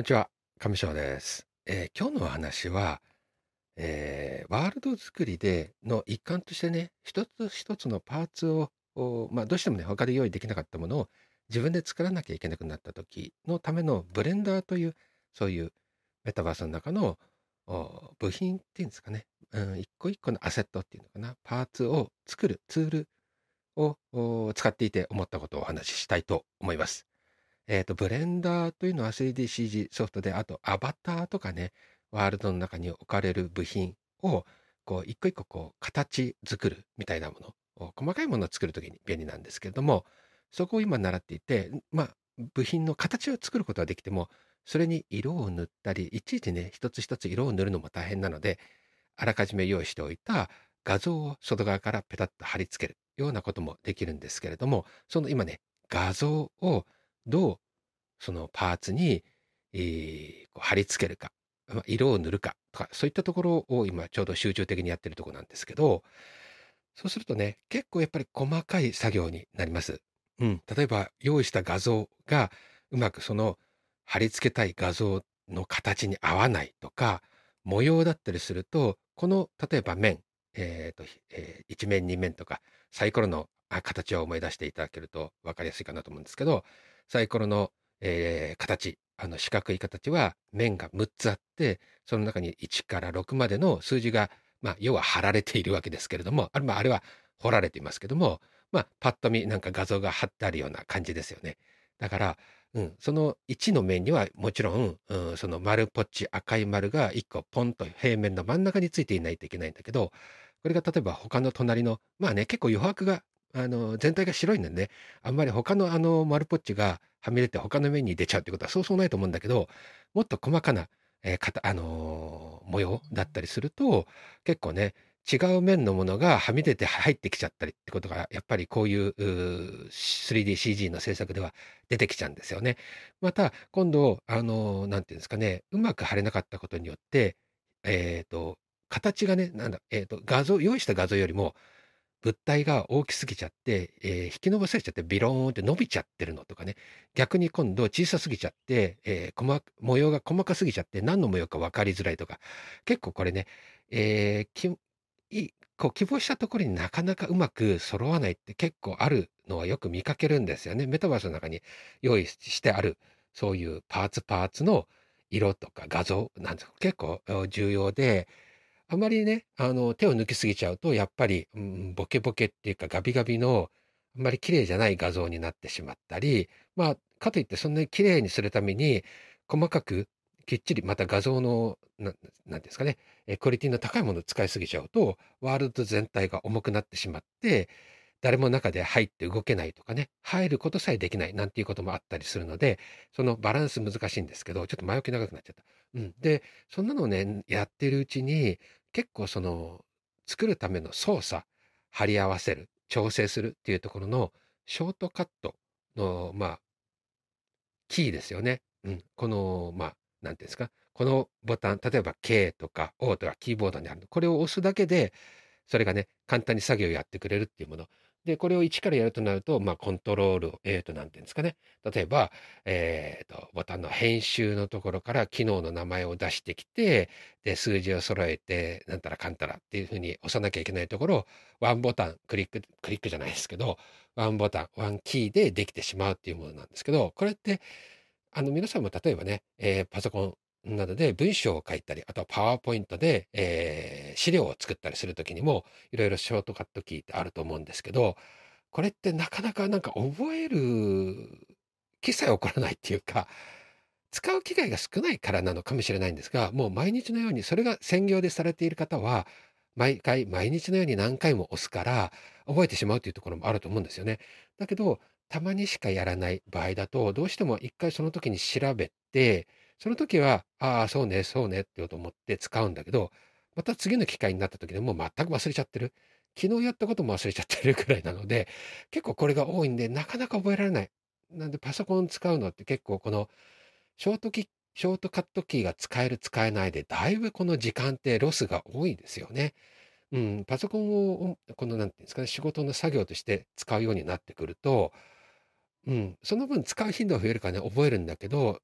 にちは、上翔です。今日のお話は、ワールド作りの一環としてね、一つ一つのパーツを、どうしてもね、他で用意できなかったものを自分で作らなきゃいけなくなった時のためのブレンダーという、そういうメタバースの中の部品っていうんですかね、一個一個のアセットっていうのかな、パーツを作るツールを使っていて思ったことをお話ししたいと思います。ブレンダーというのは 3DCG ソフトで、あとアバターとかね、ワールドの中に置かれる部品を、こう、一個一個形作るみたいなもの、細かいものを作るときに便利なんですけれども、そこを今習っていて、部品の形を作ることはできても、それに色を塗ったり、いちいちね、一つ一つ色を塗るのも大変なので、あらかじめ用意しておいた画像を外側からペタッと貼り付けるようなこともできるんですけれども、その今ね、画像をどうそのパーツに、貼り付けるか、色を塗るかとか、そういったところを今ちょうど集中的にやってるところなんですけど、そうするとね、結構やっぱり細かい作業になります。例えば用意した画像がうまくその貼り付けたい画像の形に合わないとか、模様だったりすると、この例えば面、1面2面とか、サイコロの形を思い出していただけると分かりやすいかなと思うんですけど、サイコロの、形、四角い形は面が6つあって、その中に1から6までの数字が要は貼られているわけですけれども、あれは彫られていますけども、パッと見なんか画像が貼ってあるような感じですよね。だから、その1の面にはもちろん、その丸ポッチ赤い丸が1個ポンと平面の真ん中についていないといけないんだけど、これが例えば他の隣の、結構余白が、全体が白いんでね、あんまり他の丸ポッチがはみ出て他の面に出ちゃうってことはそうそうないと思うんだけど、もっと細かな模様だったりすると、結構ね、違う面のものがはみ出て入ってきちゃったりってことが、やっぱりこういう3DCG の制作では出てきちゃうんですよね。また、今度、なんていうんですかね、うまく貼れなかったことによって、えっと、形がね、用意した画像よりも、物体が大きすぎちゃって、引き伸ばされちゃってビローンって伸びちゃってるのとかね、逆に今度小さすぎちゃって、模様が細かすぎちゃって何の模様か分かりづらいとか、結構これね、えーきい希望したところになかなかうまく揃わないって結構あるのはよく見かけるんですよね。メタバースの中に用意してある、そういうパーツの色とか画像なんです結構重要で、あまりね、手を抜きすぎちゃうと、やっぱり、ボケボケっていうか、ガビガビの、あんまり綺麗じゃない画像になってしまったり、かといってそんなに綺麗にするために、細かく、きっちり、また画像の、なんですかね、クオリティの高いものを使いすぎちゃうと、ワールド全体が重くなってしまって、誰も中で入って動けないとかね、入ることさえできないなんていうこともあったりするので、そのバランス難しいんですけど、ちょっと前置き長くなっちゃった。で、そんなのをね、やってるうちに、結構その、作るための操作、貼り合わせる、調整するっていうところのショートカットの、キーですよね。この、なんていうんですか、このボタン、例えば K とか O とかキーボードにあるの、これを押すだけで、それがね、簡単に作業をやってくれるっていうもの。で、これを一からやるとなると、コントロールを、なんていうんですかね。例えば、ボタンの編集のところから機能の名前を出してきて、で、数字を揃えて、なんたらかんたらっていうふうに押さなきゃいけないところを、ワンボタン、クリックじゃないですけど、ワンボタン、ワンキーでできてしまうっていうものなんですけど、これって、皆さんも例えばね、パソコンなどで文章を書いたり、あとはパワーポイントで、資料を作ったりするときにも、いろいろショートカットキーってあると思うんですけど、これってなかなかなんか覚える気さえ起こらないっていうか、使う機会が少ないからなのかもしれないんですが、もう毎日のようにそれが専業でされている方は、毎回毎日のように何回も押すから、覚えてしまうというところもあると思うんですよね。だけど、たまにしかやらない場合だと、どうしても一回その時に調べて、その時は、ああ、そうね、そうねって言うと思って使うんだけど、また次の機会になった時でもう全く忘れちゃってる。昨日やったことも忘れちゃってるくらいなので、結構これが多いんで、なかなか覚えられない。なんでパソコン使うのって結構このショートカットキーが使える使えないで、だいぶこの時間ってロスが多いですよね。パソコンを、このなんていうんですかね、仕事の作業として使うようになってくると、その分使う頻度は増えるからね、覚えるんだけど、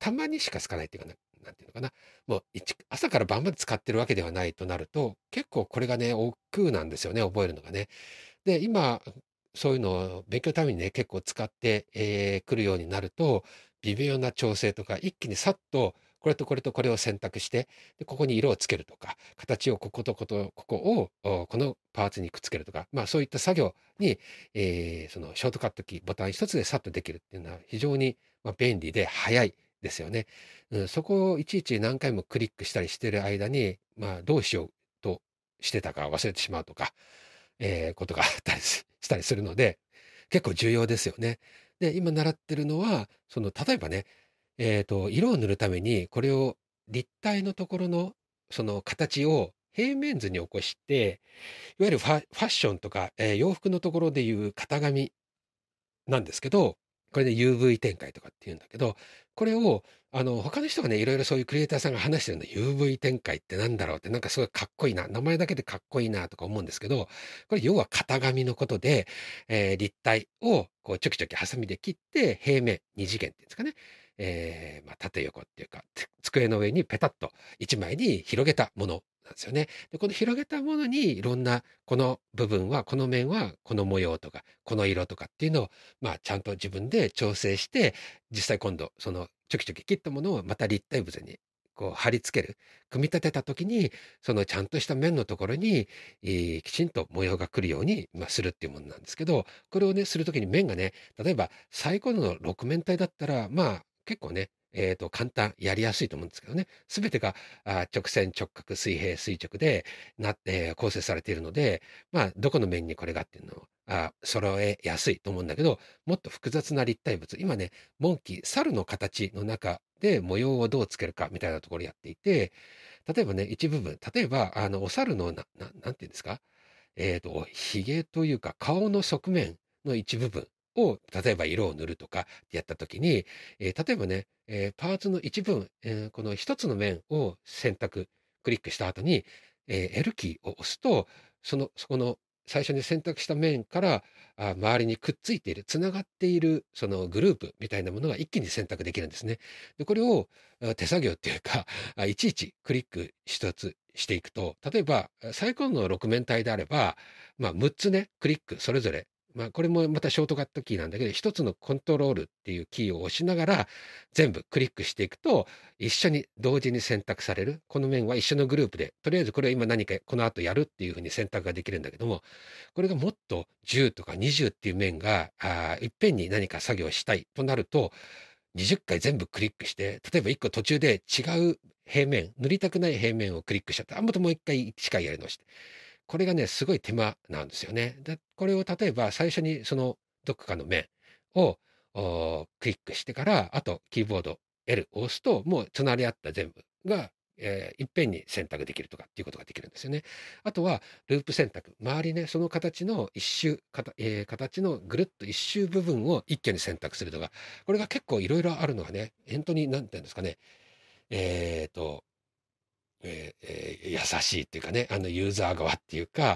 たまにしか使わないっていうかな、なんていうのかな、もう朝から晩まで使ってるわけではないとなると、結構これがね、億劫なんですよね、覚えるのがね。で、今、そういうのを勉強のためにね、結構使って、くるようになると、微妙な調整とか、一気にさっと、これとこれとこれを選択して、で、ここに色をつけるとか、形をこことここを、このパーツにくっつけるとか、まあそういった作業に、そのショートカットキー、ボタン一つでさっとできるっていうのは非常に、便利で早いですよね。そこをいちいち何回もクリックしたりしてる間に、どうしようとしてたか忘れてしまうとか、ことがあったりしたりするので、結構重要ですよね。で、今習ってるのは、例えばね、色を塗るために、これを立体のところの、その形を平面図に起こして、いわゆるファッションとか、洋服のところでいう型紙なんですけど、これで UV 展開とかっていうんだけど、これを、他の人がね、いろいろそういうクリエイターさんが話してるの、UV 展開ってなんだろうって、なんかすごいかっこいいな、名前だけでかっこいいなとか思うんですけど、これ要は型紙のことで、立体をこうちょきちょきハサミで切って、平面、二次元っていうんですかね。縦横っていうか、机の上にペタッと一枚に広げたものなんですよね。で、この広げたものにいろんな、この部分は、この面はこの模様とか、この色とかっていうのをちゃんと自分で調整して、実際今度、そのちょきちょき切ったものをまた立体物にこう貼り付ける。組み立てた時に、そのちゃんとした面のところに、きちんと模様が来るように、するっていうものなんですけど、これをね、する時に面がね、例えばサイコロの6面体だったら、結構ね、簡単、やりやすいと思うんですけどね。すべてが直線、直角、水平、垂直で構成されているので、どこの面にこれがっていうのを揃えやすいと思うんだけど、もっと複雑な立体物、今ね、モンキー、猿の形の中で模様をどうつけるかみたいなところをやっていて、例えばね、一部分、例えば、お猿のなんていうんですか、髭というか、顔の側面の一部分を、例えば色を塗るとかやったときに、例えばね、パーツの一部分、この一つの面をクリックした後に、L キーを押すと、そこの最初に選択した面から、周りにくっついている、つながっている、そのグループみたいなものが一気に選択できるんですね。で、これを手作業っていうか、いちいちクリック一つしていくと、例えば、サイコロの6面体であれば、6つね、クリックそれぞれ、これもまたショートカットキーなんだけど、一つのコントロールっていうキーを押しながら、全部クリックしていくと、一緒に同時に選択される。この面は一緒のグループで、とりあえずこれは今何かこの後やるっていうふうに選択ができるんだけども、これがもっと10とか20っていう面が、いっぺんに何か作業したいとなると、20回全部クリックして、例えば1個途中で違う平面、塗りたくない平面をクリックしちゃった。またもう1回1回やり直して。これがね、すごい手間なんですよね。で、これを例えば最初にそのどこかの面をクリックしてから、あとキーボード L を押すと、もう隣り合った全部が、いっぺんに選択できるとかっていうことができるんですよね。あとは、ループ選択。周りね、その形の一周、形のぐるっと一周部分を一挙に選択するとか、これが結構いろいろあるのがね、本当に、なんていうんですかね、えっと、優しいっていうかね、ユーザー側っていうか、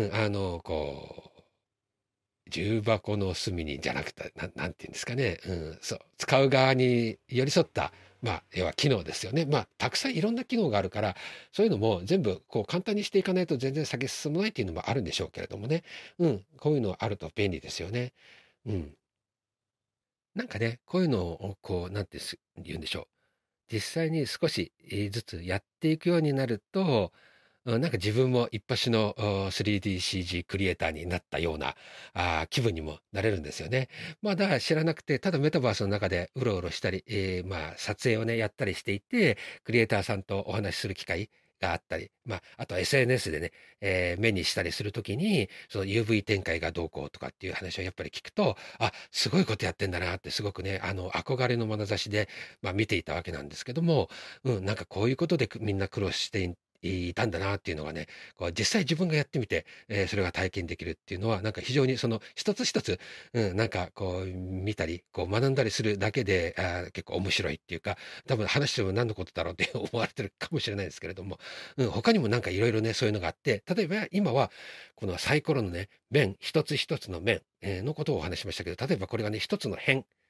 重箱の隅にじゃなくて、なんていうんですかね、そう、使う側に寄り添った、要は機能ですよね。たくさんいろんな機能があるから、そういうのも全部こう簡単にしていかないと全然先進まないっていうのもあるんでしょうけれどもね。こういうのあると便利ですよね。うん。なんかね、こういうのをこう、なんて言うんでしょう。実際に少しずつやっていくようになると、なんか自分も一発の3DCG クリエイターになったような気分にもなれるんですよね。だから知らなくて、ただメタバースの中でうろうろしたり、撮影をね、やったりしていて、クリエイターさんとお話しする機会があったり、あとは SNS でね、目にしたりするときに、その UV 展開がどうこうとかっていう話をやっぱり聞くと、すごいことやってんだなってすごくね、憧れの眼差しで、見ていたわけなんですけども、なんかこういうことでみんな苦労していたんだなっていうのがね、こう実際自分がやってみて、それが体験できるっていうのは、なんか非常にその一つ一つ、なんかこう見たり、こう学んだりするだけで、結構面白いっていうか、多分話しても何のことだろうって思われてるかもしれないですけれども、他にもなんかいろいろね、そういうのがあって、例えば今はこのサイコロのね、面、一つ一つの面、のことをお話ししましたけど、例えばこれがね、一つの辺、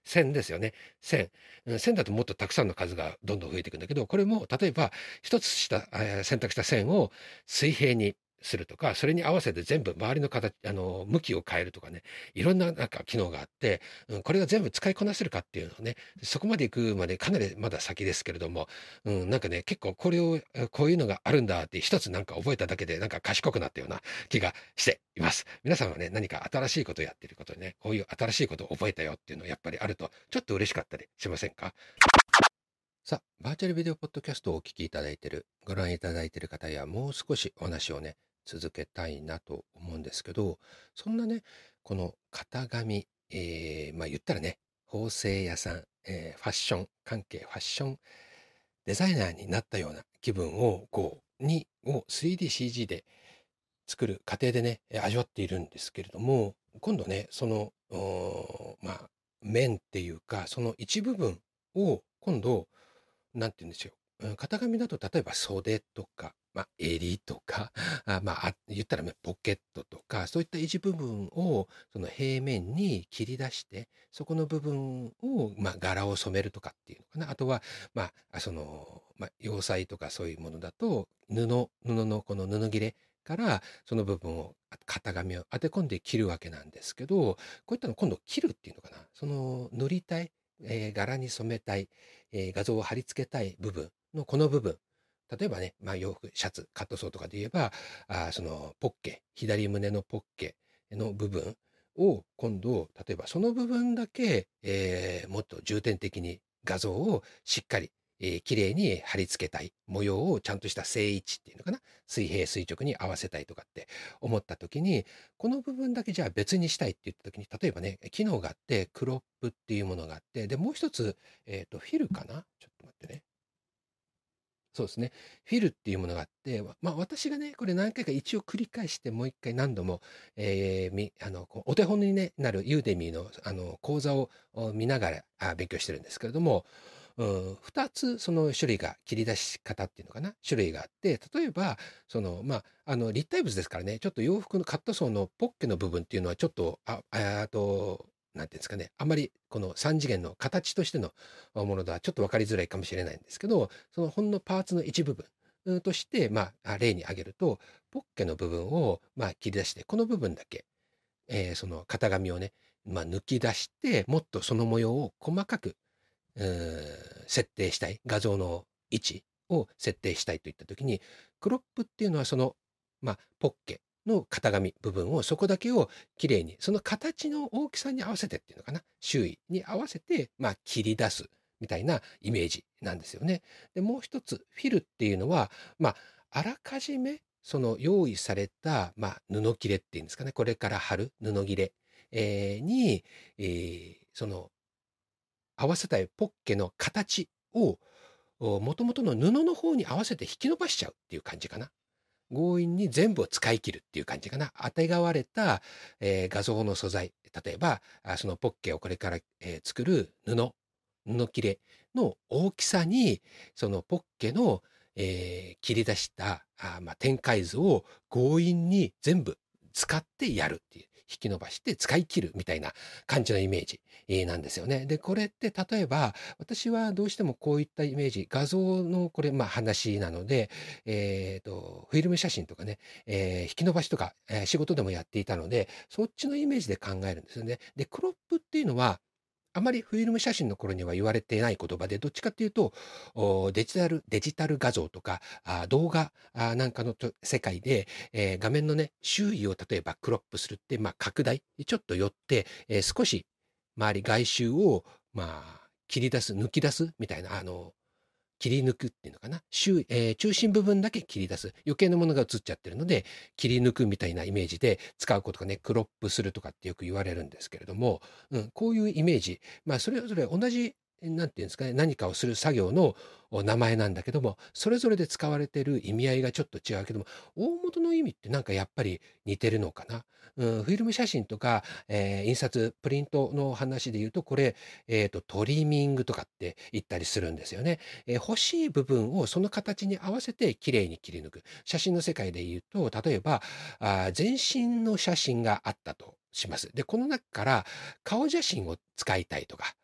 線ですよね。線。線だともっとたくさんの数がどんどん増えていくんだけど、これも例えば一つ選択した線を水平にするとか、それに合わせて全部周りの形、向きを変えるとかね、いろんななんか機能があって、これが全部使いこなせるかっていうのはね、そこまで行くまでかなりまだ先ですけれども、なんかね、結構これを、こういうのがあるんだって一つなんか覚えただけでなんか賢くなったような気がしています。皆さんはね、何か新しいことをやっていることでね、こういう新しいことを覚えたよっていうのやっぱりあると、ちょっと嬉しかったりしませんか？さあ、バーチャルビデオポッドキャストをお聞きいただいている、ご覧いただいている方や、もう少しお話をね、続けたいなと思うんですけど、そんなね、この型紙、言ったらね、縫製屋さん、ファッション関係、ファッションデザイナーになったような気分を、3DCG で作る過程でね、味わっているんですけれども、今度ね、その、面っていうか、その一部分を今度、なんて言うんでしょう。型紙だと例えば袖とか、襟とか、言ったらね、ポケットとか、そういった一部分をその平面に切り出して、そこの部分を、柄を染めるとかっていうのかな。あとは、洋裁とかそういうものだと、布のこの布切れからその部分を、型紙を当て込んで切るわけなんですけど、こういったの今度切るっていうのかな。その塗りたい、柄に染めたい、画像を貼り付けたい部分のこの部分。例えばね、洋服、シャツ、カットソーとかで言えば、そのポッケ、左胸のポッケの部分を今度、例えばその部分だけ、もっと重点的に画像をしっかり、綺麗に貼り付けたい。模様をちゃんとした正位置っていうのかな。水平垂直に合わせたいとかって思った時に、この部分だけじゃあ別にしたいって言った時に、例えばね、機能があって、クロップっていうものがあって、で、もう一つ、フィルかな、ちょっと待ってね。そうですね。フィルっていうものがあって、私がね、これ何回か一応繰り返してもう一回何度も、お手本に、ね、なるユーデミーの、講座を見ながら勉強してるんですけれども、2つその種類が切り出し方っていうのかな、種類があって、例えば、立体物ですからね、ちょっと洋服のカットソーのポッケの部分っていうのはちょっと、なんていうんですかね、あんまりこの3次元の形としてのものではちょっと分かりづらいかもしれないんですけど、そのほんのパーツの一部分として、例に挙げると、ポッケの部分を、切り出して、この部分だけ、その型紙をね、抜き出して、もっとその模様を細かく、設定したい、画像の位置を設定したいといったときに、クロップっていうのはその、ポッケの型紙部分をそこだけをきれいに、その形の大きさに合わせてっていうのかな、周囲に合わせて、切り出すみたいなイメージなんですよね。で、もう一つ、フィルっていうのは、あらかじめ、その用意された、布切れっていうんですかね、これから貼る布切れ、に、その合わせたいポッケの形を、もともとの布の方に合わせて引き伸ばしちゃうっていう感じかな。強引に全部を使い切るっていう感じかな。あてがわれた、画像の素材。例えば、そのポッケをこれから、作る布切れの大きさに、そのポッケの、切り出した、展開図を強引に全部使ってやるっていう。引き伸ばして使い切るみたいな感じのイメージ、なんですよね。で、これって例えば、私はどうしてもこういったイメージ、画像のこれ、話なので、フィルム写真とかね、引き伸ばしとか、仕事でもやっていたので、そっちのイメージで考えるんですよね。で、クロップっていうのは、あまりフィルム写真の頃には言われていない言葉で、どっちかっていうと、デジタル画像とか、動画なんかの世界で、画面のね、周囲を例えばクロップするって、拡大、ちょっと寄って、少し周り外周を、切り出す、抜き出すみたいな、切り抜くっていうのかな。中心部分だけ切り出す。余計なものが映っちゃってるので、切り抜くみたいなイメージで使うことがね、クロップするとかってよく言われるんですけれども、こういうイメージ。それぞれ同じ、なんていうんですかね、何かをする作業の名前なんだけども、それぞれで使われている意味合いがちょっと違うけども、大元の意味ってなんかやっぱり似てるのかな。フィルム写真とか、印刷、プリントの話で言うと、これ、トリミングとかって言ったりするんですよね。欲しい部分をその形に合わせてきれいに切り抜く。写真の世界で言うと、例えば、全身の写真があったとします。で、この中から顔写真を使いたいとか、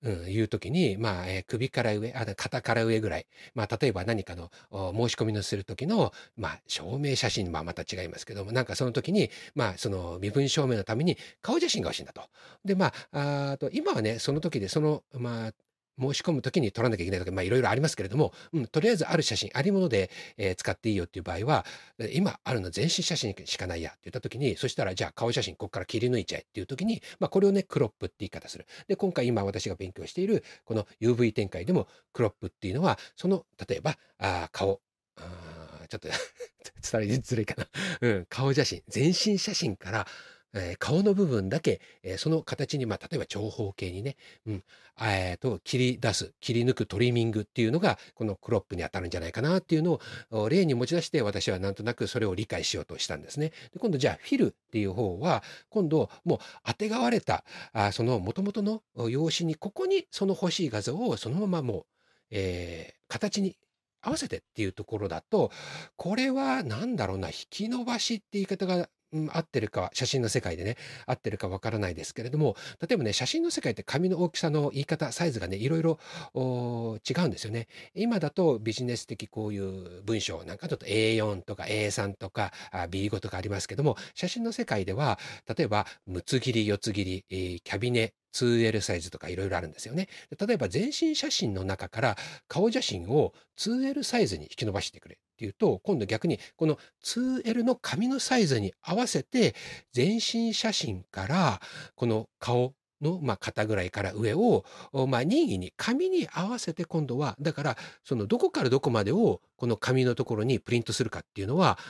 いう時に、首から上、肩から上ぐらい、例えば何かの申し込みのする時の、証明写真はまた違いますけども、なんかその時に、その身分証明のために顔写真が欲しいんだと。で、今はね、その時で、申し込む時に撮らなきゃいけないとか、いろいろありますけれども、とりあえずある写真、ありもので、使っていいよっていう場合は、今あるの全身写真しかないやって言った時に、そしたらじゃあ顔写真ここから切り抜いちゃえっていう時に、これをね、クロップって言い方する。で、今回今私が勉強しているこの UV 展開でもクロップっていうのは、例えば、顔、ちょっと伝えづらいかな。顔写真、全身写真から、顔の部分だけ、その形に、例えば長方形にね、切り出す、切り抜くトリミングっていうのが、このクロップに当たるんじゃないかなっていうのを例に持ち出して、私はなんとなくそれを理解しようとしたんですね。で、今度じゃあフィルっていう方は、今度もうあてがわれた、その元々の用紙に、ここにその欲しい画像をそのままもう、形に合わせてっていうところだと、これは何だろうな、引き伸ばしって言い方が、合ってるか、写真の世界でね、合ってるかわからないですけれども、例えばね、写真の世界って紙の大きさの言い方、サイズがね、いろいろ違うんですよね。今だとビジネス的こういう文章なんかだと A4 とか A3 とかB5 とかありますけども、写真の世界では、例えば、六つ切り、四つ切り、キャビネ、2L サイズとかいろいろあるんですよね。例えば全身写真の中から顔写真を 2L サイズに引き伸ばしてくれっていうと、今度逆にこの 2L の紙のサイズに合わせて、全身写真からこの顔の、肩ぐらいから上を、任意に紙に合わせて今度は、だから、そのどこからどこまでをこの紙のところにプリントするかっていうのは、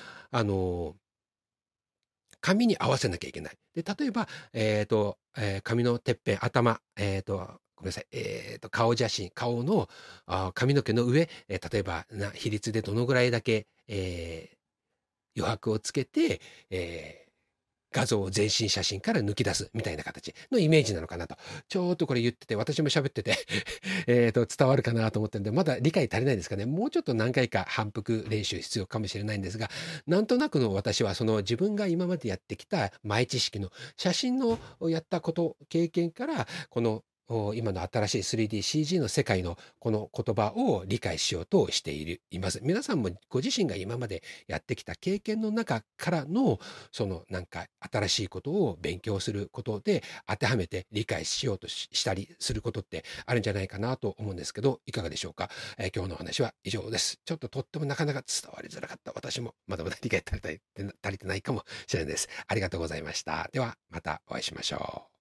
紙に合わせなきゃいけない。で、例えば、髪のてっぺん、頭、ごめんなさい、顔写真、顔の髪の毛の上、例えば比率でどのぐらいだけ、余白をつけて、画像を全身写真から抜き出すみたいな形のイメージなのかなと。ちょっとこれ言ってて、私も喋ってて伝わるかなと思ってるんで、まだ理解足りないですかね。もうちょっと何回か反復練習必要かもしれないんですが、なんとなくの私はその自分が今までやってきた前知識の写真のやったこと、経験から、この今の新しい 3DCG の世界のこの言葉を理解しようとしています。皆さんもご自身が今までやってきた経験の中からの、そのなんか新しいことを勉強することで当てはめて理解しようとしたりすることってあるんじゃないかなと思うんですけど、いかがでしょうか。今日のお話は以上です。ちょっととってもなかなか伝わりづらかった私もまだまだ理解足りてないかもしれないです。ありがとうございました。ではまたお会いしましょう。